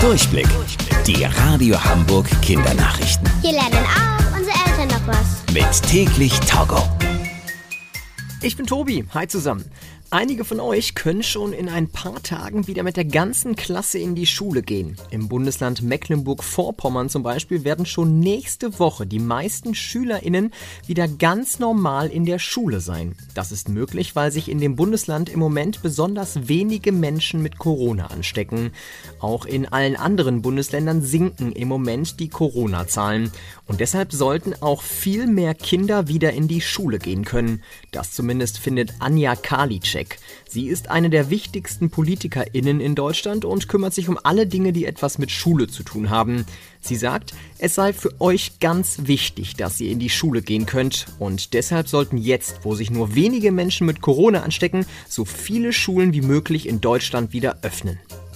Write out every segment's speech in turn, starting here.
Durchblick. Die Radio Hamburg Kindernachrichten. Hier lernen auch unsere Eltern noch was. Mit täglich Togo. Ich bin Tobi. Hi zusammen. Einige von euch können schon in ein paar Tagen wieder mit der ganzen Klasse in die Schule gehen. Im Bundesland Mecklenburg-Vorpommern zum Beispiel werden schon nächste Woche die meisten SchülerInnen wieder ganz normal in der Schule sein. Das ist möglich, weil sich in dem Bundesland im Moment besonders wenige Menschen mit Corona anstecken. Auch in allen anderen Bundesländern sinken im Moment die Corona-Zahlen. Und deshalb sollten auch viel mehr Kinder wieder in die Schule gehen können. Das zumindest findet Anja Karliczek. Sie ist eine der wichtigsten PolitikerInnen in Deutschland und kümmert sich um alle Dinge, die etwas mit Schule zu tun haben. Sie sagt, es sei für euch ganz wichtig, dass ihr in die Schule gehen könnt. Und deshalb sollten jetzt, wo sich nur wenige Menschen mit Corona anstecken, so viele Schulen wie möglich in Deutschland wieder öffnen.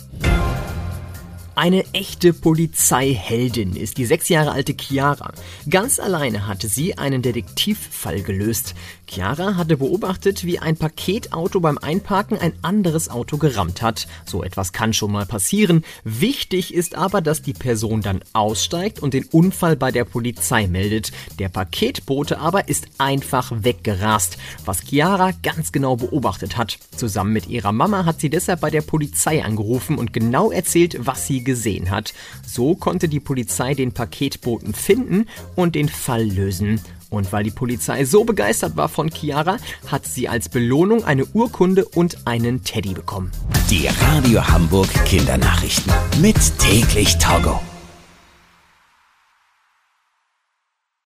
Eine echte Polizeiheldin ist die 6 Jahre alte Chiara. Ganz alleine hatte sie einen Detektivfall gelöst. Chiara hatte beobachtet, wie ein Paketauto beim Einparken ein anderes Auto gerammt hat. So etwas kann schon mal passieren. Wichtig ist aber, dass die Person dann aussteigt und den Unfall bei der Polizei meldet. Der Paketbote aber ist einfach weggerast, was Chiara ganz genau beobachtet hat. Zusammen mit ihrer Mama hat sie deshalb bei der Polizei angerufen und genau erzählt, was sie gesehen hat. So konnte die Polizei den Paketboten finden und den Fall lösen. Und weil die Polizei so begeistert war von Chiara, hat sie als Belohnung eine Urkunde und einen Teddy bekommen. Die Radio Hamburg Kindernachrichten. Mit täglich Togo.